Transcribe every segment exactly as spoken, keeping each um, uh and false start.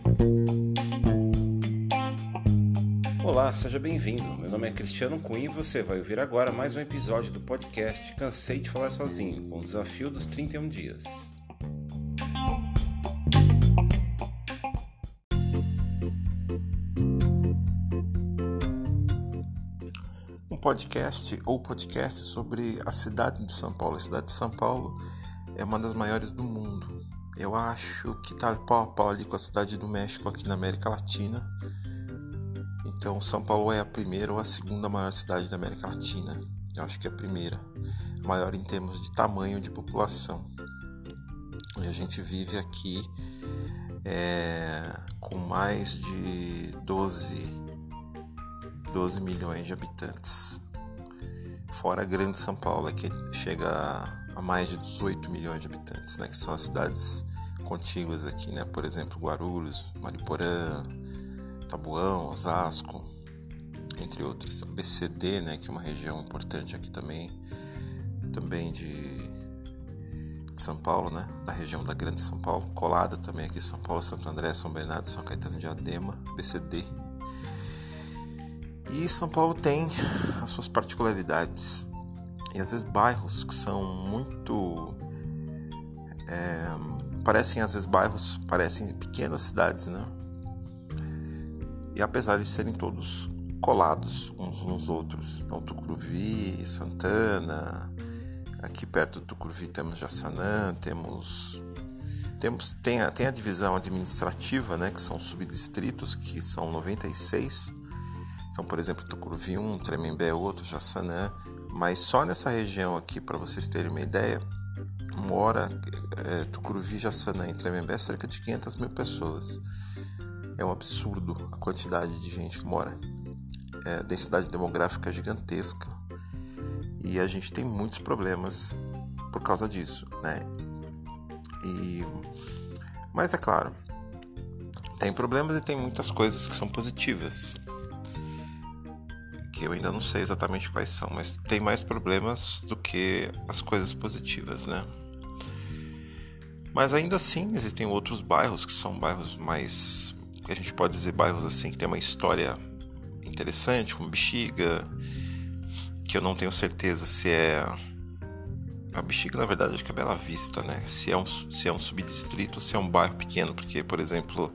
Olá, seja bem-vindo. Meu nome é Cristiano Cunha e você vai ouvir agora mais um episódio do podcast Cansei de Falar Sozinho, com o desafio dos trinta e um dias. Um podcast ou podcast sobre a cidade de São Paulo. A cidade de São Paulo é uma das maiores do mundo. Eu acho que está pau a pau ali com a cidade do México aqui na América Latina. Então, São Paulo é a primeira ou a segunda maior cidade da América Latina. Eu acho que é a primeira. Maior em termos de tamanho de população. E a gente vive aqui é, com mais de doze milhões de habitantes. Fora a Grande São Paulo, que chega a mais de dezoito milhões de habitantes, né? Que são as cidades contíguas aqui, né? Por exemplo, Guarulhos, Mariporã, Taboão, Osasco, entre outras. A B C D, né, que é uma região importante aqui também, também de, de São Paulo, né, da região da Grande São Paulo, colada também aqui em São Paulo, Santo André, São Bernardo, São Caetano de Diadema, B C D. E São Paulo tem as suas particularidades e às vezes bairros que são muito... É, parecem às vezes bairros, parecem pequenas cidades, né? E apesar de serem todos colados uns nos outros, então Tucuruvi, Santana, aqui perto do Tucuruvi temos Jaçanã, temos, temos tem, a, tem a divisão administrativa, né, que são subdistritos, que são noventa e seis, então por exemplo Tucuruvi um, Tremembé outro, Jaçanã, mas só nessa região aqui, para vocês terem uma ideia, mora é, Tucuruvi, Jaçanã e Tremembé cerca de quinhentas mil pessoas. É um absurdo a quantidade de gente que mora. É, a densidade demográfica é gigantesca. E a gente tem muitos problemas por causa disso, né? E... Mas é claro, tem problemas e tem muitas coisas que são positivas. Que eu ainda não sei exatamente quais são, mas tem mais problemas do que as coisas positivas, né? Mas ainda assim, existem outros bairros que são bairros mais... que a gente pode dizer bairros assim que tem uma história interessante, como Bexiga, que eu não tenho certeza se é a Bexiga, na verdade acho que é Bela Vista, né? Se é um, se é um subdistrito ou se é um bairro pequeno, porque, por exemplo,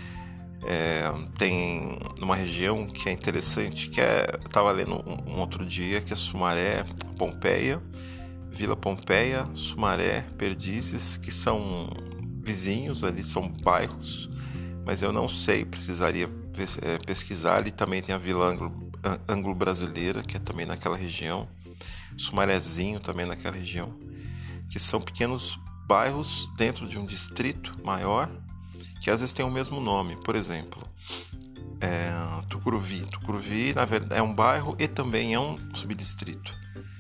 é, tem uma região que é interessante, que é, eu estava lendo um, um outro dia, que é Sumaré, Pompeia, Vila Pompeia, Sumaré, Perdizes, que são vizinhos ali, são bairros, mas eu não sei, precisaria pesquisar. Ali também tem a Vila Anglo-Brasileira, que é também naquela região, Sumarezinho também naquela região, que são pequenos bairros dentro de um distrito maior, que às vezes tem o mesmo nome. Por exemplo, é, Tucuruvi. Tucuruvi, na verdade, é um bairro e também é um subdistrito.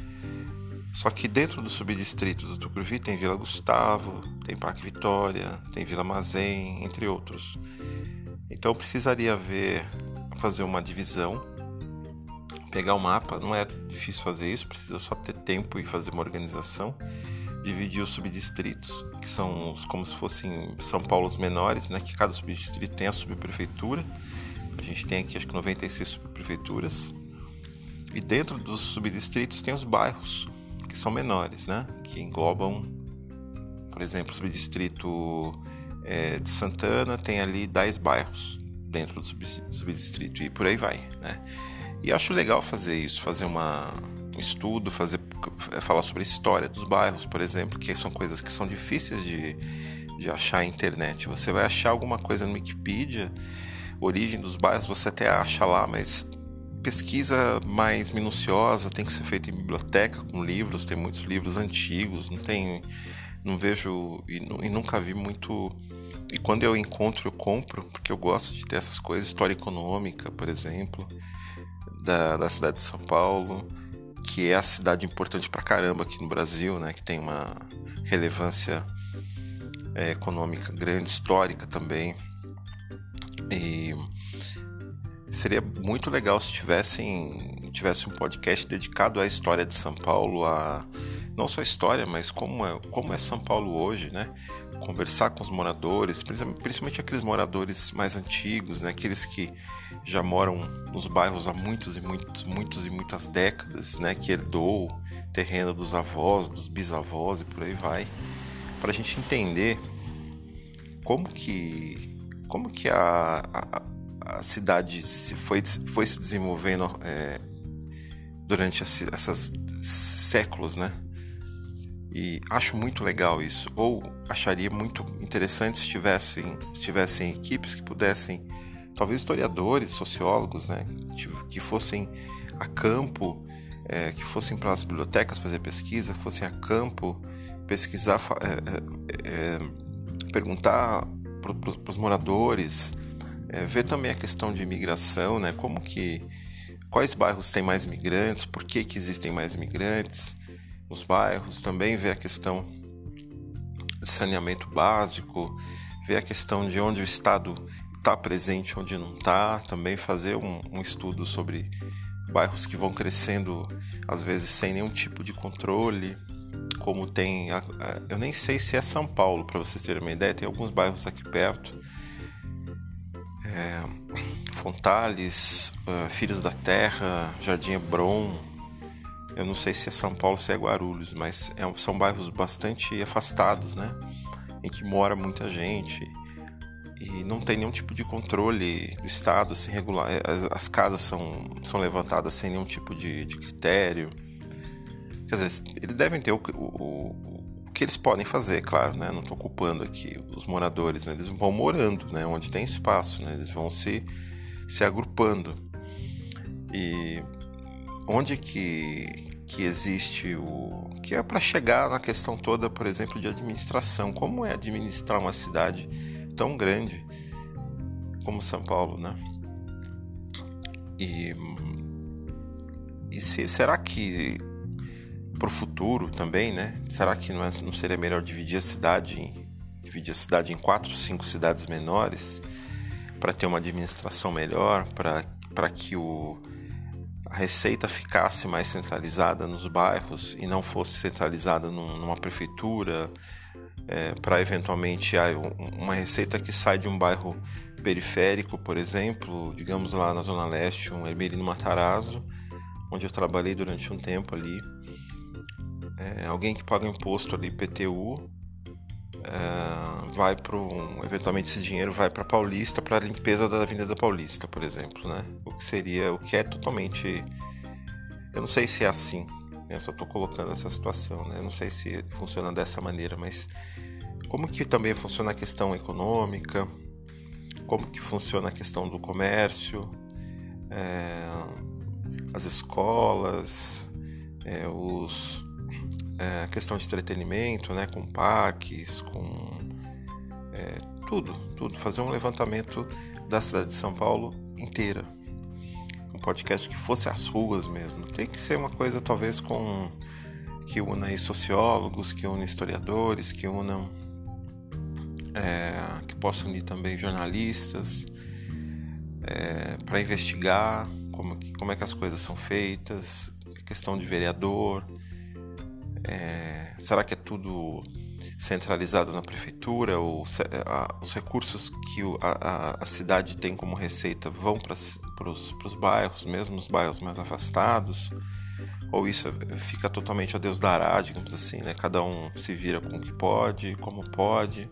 Só que dentro do subdistrito do Tucuruvi tem Vila Gustavo, tem Parque Vitória, tem Vila Mazém, entre outros. Então precisaria ver, fazer uma divisão, pegar o mapa, não é difícil fazer isso, precisa só ter tempo e fazer uma organização, dividir os subdistritos, que são os, como se fossem São Paulos menores, né, que cada subdistrito tem a subprefeitura. A gente tem aqui acho que noventa e seis subprefeituras, e dentro dos subdistritos tem os bairros, que são menores, né, que englobam, por exemplo, o subdistrito é, de Santana tem ali dez bairros dentro do subdistrito e por aí vai, né? E acho legal fazer isso, fazer uma, um estudo, fazer, falar sobre a história dos bairros, por exemplo, que são coisas que são difíceis de, de achar na internet. Você vai achar alguma coisa no Wikipedia, origem dos bairros, você até acha lá, mas pesquisa mais minuciosa tem que ser feita em biblioteca, com livros, tem muitos livros antigos, não tem, não vejo e, e nunca vi muito, e quando eu encontro eu compro, porque eu gosto de ter essas coisas, história econômica, por exemplo, da, da cidade de São Paulo, que é a cidade importante pra caramba aqui no Brasil, né, que tem uma relevância é, econômica grande, histórica também, e seria muito legal se tivessem, tivesse um podcast dedicado à história de São Paulo, a, não só a história, mas como é, como é São Paulo hoje, né? conversar com os moradores, principalmente aqueles moradores mais antigos, né? Aqueles que já moram nos bairros há muitos e muitos, muitos e muitas décadas, né? Que herdou terreno dos avós, dos bisavós e por aí vai, para a gente entender como que, como que a, a, a cidade se foi, foi se desenvolvendo é, durante esses séculos, né? E acho muito legal isso, ou acharia muito interessante se tivessem, se tivessem equipes que pudessem, talvez historiadores, sociólogos, né, que fossem a campo, é, que fossem para as bibliotecas fazer pesquisa, que fossem a campo pesquisar, é, é, perguntar para os moradores, é, ver também a questão de imigração, né, como que, quais bairros têm mais imigrantes, por que que existem mais imigrantes nos bairros, também ver a questão de saneamento básico, ver a questão de onde o Estado está presente, onde não está, também fazer um, um estudo sobre bairros que vão crescendo, às vezes sem nenhum tipo de controle, como tem, a, a, eu nem sei se é São Paulo, para vocês terem uma ideia, tem alguns bairros aqui perto, é, Fontales, uh, Filhos da Terra, Jardim Hebron. Eu não sei se é São Paulo ou se é Guarulhos, mas é, são bairros bastante afastados, né? Em que mora muita gente e não tem nenhum tipo de controle do Estado, assim, regular. As, as casas são, são levantadas sem nenhum tipo de, de critério. Quer dizer, eles devem ter o, o, o que eles podem fazer, claro, né? Não estou culpando aqui os moradores, né? Eles vão morando, né? Onde tem espaço, né? Eles vão se, se agrupando. E onde que, que existe o... que é para chegar na questão toda, por exemplo, de administração. Como é administrar uma cidade tão grande como São Paulo, né? E, e se, será que para o futuro também, né? Será que não, é, não seria melhor dividir a cidade em, dividir a cidade em quatro, cinco cidades menores para ter uma administração melhor, para para que o a receita ficasse mais centralizada nos bairros e não fosse centralizada num, numa prefeitura, é, para eventualmente ah, uma receita que sai de um bairro periférico, por exemplo, digamos lá na Zona Leste, um Hermelino Matarazzo, onde eu trabalhei durante um tempo ali, é, alguém que paga imposto ali, I P T U, é, vai para um, eventualmente esse dinheiro vai para Paulista, para a limpeza da Avenida Paulista, por exemplo, né? O que seria, o que é totalmente, eu não sei se é assim, né? Eu só estou colocando essa situação, né? Eu não sei se funciona dessa maneira, mas como que também funciona a questão econômica, como que funciona a questão do comércio, é, as escolas, é, os É, questão de entretenimento, né, com parques, com é, tudo, tudo, fazer um levantamento da cidade de São Paulo inteira, um podcast que fosse as ruas mesmo, tem que ser uma coisa talvez com que una aí sociólogos, que una historiadores, que unam é, que possa unir também jornalistas é, para investigar como, como é que as coisas são feitas, questão de vereador. É, será que é tudo centralizado na prefeitura? Ou se, a, os recursos que o, a, a cidade tem como receita vão para os bairros, mesmo os bairros mais afastados? Ou isso fica totalmente a Deus dará, digamos assim, né? Cada um se vira com o que pode, como pode.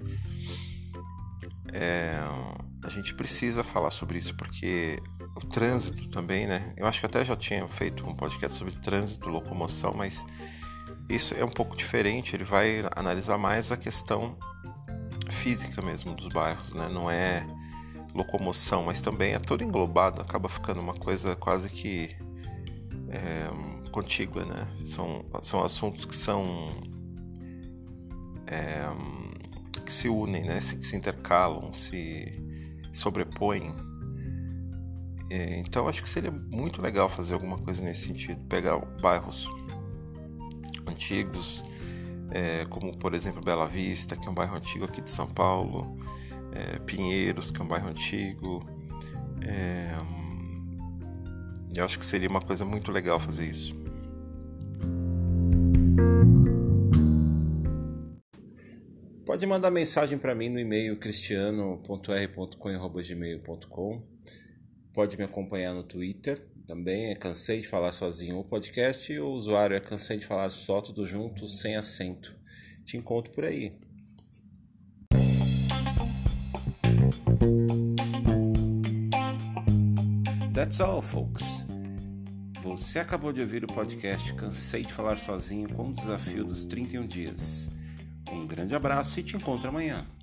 É, a gente precisa falar sobre isso porque o trânsito também, né? Eu acho que até já tinha feito um podcast sobre trânsito, locomoção, mas isso é um pouco diferente, ele vai analisar mais a questão física mesmo dos bairros, né? Não é locomoção, mas também é todo englobado, acaba ficando uma coisa quase que é, contígua, né? São, são assuntos que são é, que se unem, né? Se, que se intercalam, se sobrepõem. É, então acho que seria muito legal fazer alguma coisa nesse sentido, pegar bairros antigos, é, como por exemplo Bela Vista, que é um bairro antigo aqui de São Paulo, é, Pinheiros, que é um bairro antigo. É, eu acho que seria uma coisa muito legal fazer isso. Pode mandar mensagem para mim no e-mail cristiano ponto r ponto cunha arroba gmail ponto com. Pode me acompanhar no Twitter, também é Cansei de Falar Sozinho o podcast, e o usuário é Cansei de Falar Só, tudo junto, sem acento. Te encontro por aí. That's all, folks. Você acabou de ouvir o podcast Cansei de Falar Sozinho com o desafio dos trinta e um dias. Um grande abraço e te encontro amanhã.